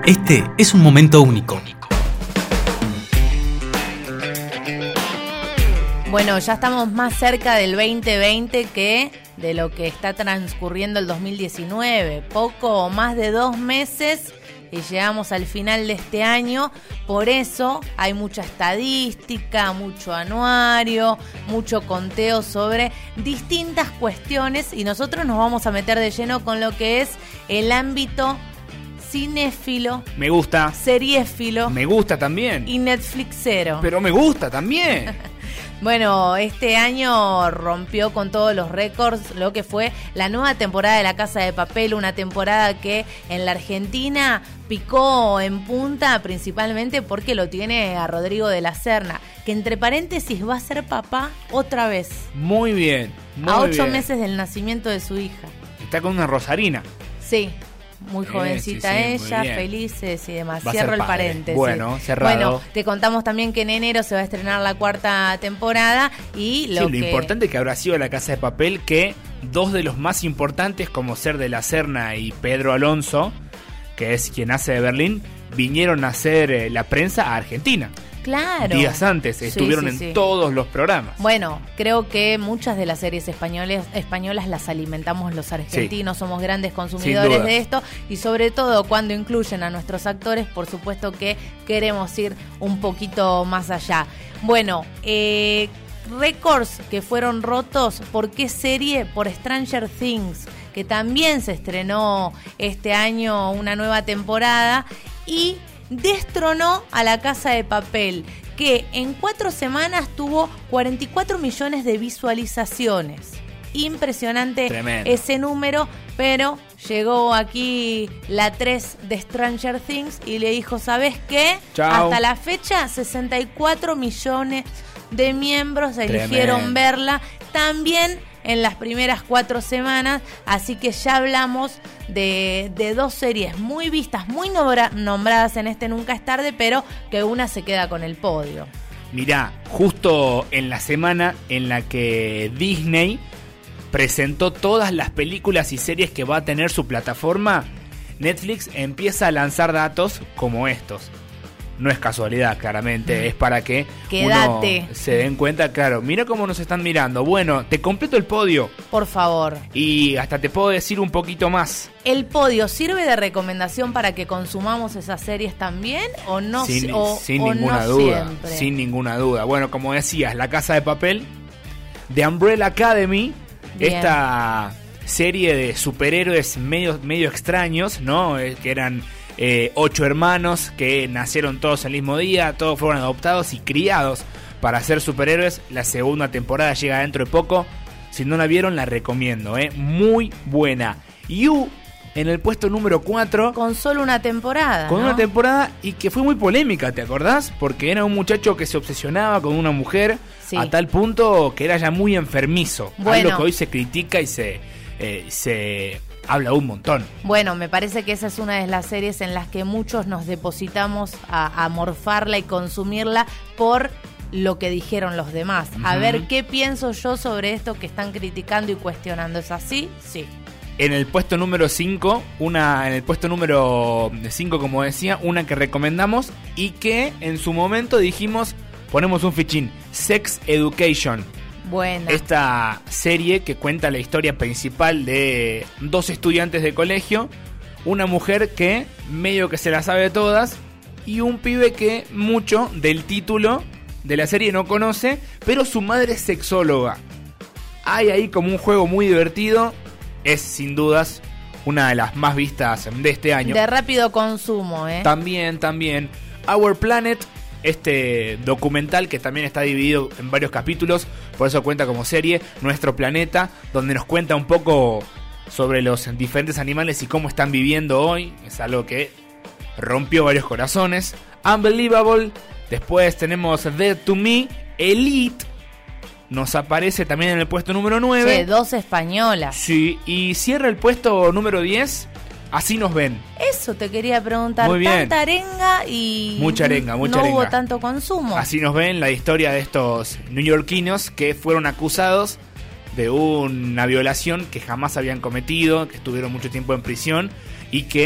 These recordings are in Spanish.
Este es un momento único. Bueno, ya estamos más cerca del 2020 que de lo que está transcurriendo el 2019. Poco o más de 2 meses y llegamos al final de este año. Por eso hay mucha estadística, mucho anuario, mucho conteo sobre distintas cuestiones y nosotros nos vamos a meter de lleno con lo que es el ámbito cinéfilo. Me gusta. Seriéfilo. Me gusta también. Y Netflixero. Pero me gusta también. Bueno, este año rompió con todos los récords lo que fue la nueva temporada de La Casa de Papel, una temporada que en la Argentina picó en punta principalmente porque lo tiene a Rodrigo de la Serna, que entre paréntesis va a ser papá otra vez. Muy bien. A 8 meses del nacimiento de su hija. Está con una rosarina. Sí. Muy jovencita sí, ella, muy felices y demás. Va a Cierro ser el padre. paréntesis. Bueno, cerrado. Bueno, te contamos también que en enero se va a estrenar la 4ª temporada y lo importante que habrá sido La Casa de Papel, que 2 de los más importantes, como Ser de la Serna y Pedro Alonso, que es quien hace de Berlín, vinieron a hacer la prensa a Argentina. Claro. Días antes, estuvieron en todos los programas. Bueno, creo que muchas de las series españolas las alimentamos los argentinos, somos grandes consumidores de esto y sobre todo cuando incluyen a nuestros actores, por supuesto que queremos ir un poquito más allá. Bueno, récords que fueron rotos, ¿por qué serie? Por Stranger Things, que también se estrenó este año una nueva temporada y destronó a La Casa de Papel, que en 4 semanas tuvo 44 millones de visualizaciones. Impresionante. Tremendo. Ese número, pero llegó aquí la 3 de Stranger Things y le dijo, ¿sabes qué? Chau. Hasta la fecha, 64 millones de miembros eligieron verla. También en las primeras 4 semanas, así que ya hablamos de 2 series muy vistas, muy nombradas en este Nunca es Tarde, pero que una se queda con el podio. Mirá, justo en la semana en la que Disney presentó todas las películas y series que va a tener su plataforma, Netflix empieza a lanzar datos como estos. No es casualidad, claramente, es para que uno se den cuenta, claro, mira cómo nos están mirando. Bueno, te completo el podio. Por favor. Y hasta te puedo decir un poquito más. ¿El podio sirve de recomendación para que consumamos esas series también o no? Sin ninguna no duda, siempre? Sin ninguna duda. Bueno, como decías, La Casa de Papel, The Umbrella Academy, bien, esta serie de superhéroes medio extraños, ¿no? Que eran 8 hermanos que nacieron todos el mismo día, todos fueron adoptados y criados para ser superhéroes. La 2ª temporada llega dentro de poco. Si no la vieron, la recomiendo, muy buena. You en el puesto número 4. Con solo una temporada. Con una temporada y que fue muy polémica, ¿te acordás? Porque era un muchacho que se obsesionaba con una mujer a tal punto que era ya muy enfermizo. Bueno, algo que hoy se critica y se habla un montón. Bueno, me parece que esa es una de las series en las que muchos nos depositamos a morfarla y consumirla por lo que dijeron los demás. A ver qué pienso yo sobre esto que están criticando y cuestionando. ¿Es así? Sí. En el puesto número 5, como decía, una que recomendamos y que en su momento dijimos, ponemos un fichín, Sex Education. Buena. Esta serie que cuenta la historia principal de 2 estudiantes de colegio, una mujer que medio que se la sabe todas y un pibe que mucho del título de la serie no conoce, pero su madre es sexóloga. Hay ahí como un juego muy divertido, es sin dudas una de las más vistas de este año. De rápido consumo, También. Our Planet, este documental que también está dividido en varios capítulos, por eso cuenta como serie, Nuestro Planeta, donde nos cuenta un poco sobre los diferentes animales y cómo están viviendo hoy. Es algo que rompió varios corazones. Unbelievable. Después tenemos Dead to Me. Elite nos aparece también en el puesto número 9. Sí, 2 españolas. Sí, y cierra el puesto número 10. Así nos ven. Eso te quería preguntar. Muy bien. Tanta arenga y mucha arenga. No hubo tanto consumo. Así nos ven la historia de estos neoyorquinos que fueron acusados de una violación que jamás habían cometido, que estuvieron mucho tiempo en prisión y que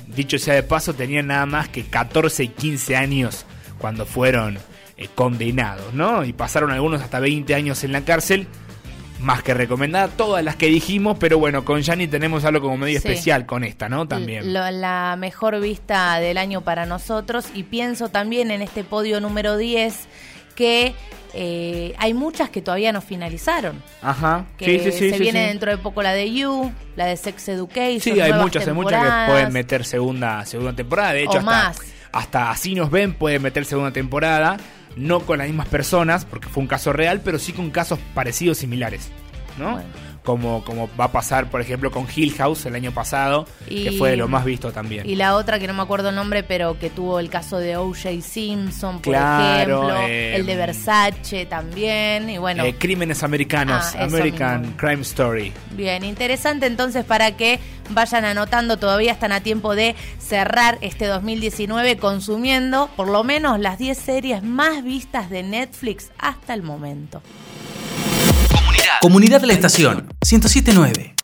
dicho sea de paso, tenían nada más que 14 y 15 años cuando fueron condenados, ¿no? Y pasaron algunos hasta 20 años en la cárcel. Más que recomendada, todas las que dijimos, pero bueno, con Gianni tenemos algo como medio especial con esta, ¿no? También. La mejor vista del año para nosotros, y pienso también en este podio número 10 que hay muchas que todavía no finalizaron. Ajá. Que se viene dentro de poco la de You, la de Sex Education. Sí, hay muchas que pueden meter segunda temporada. De hecho, hasta Así Nos Ven puede meter segunda temporada. No con las mismas personas, porque fue un caso real, pero sí con casos parecidos, similares, ¿no? Bueno. Como va a pasar, por ejemplo, con Hill House el año pasado, que fue de lo más visto también. Y la otra, que no me acuerdo el nombre, pero que tuvo el caso de O.J. Simpson, por ejemplo, el de Versace también, y bueno. Crímenes Americanos, American Crime Story. Bien, interesante entonces para que vayan anotando, todavía están a tiempo de cerrar este 2019 consumiendo por lo menos las 10 series más vistas de Netflix hasta el momento. Comunidad de la Estación 107.9.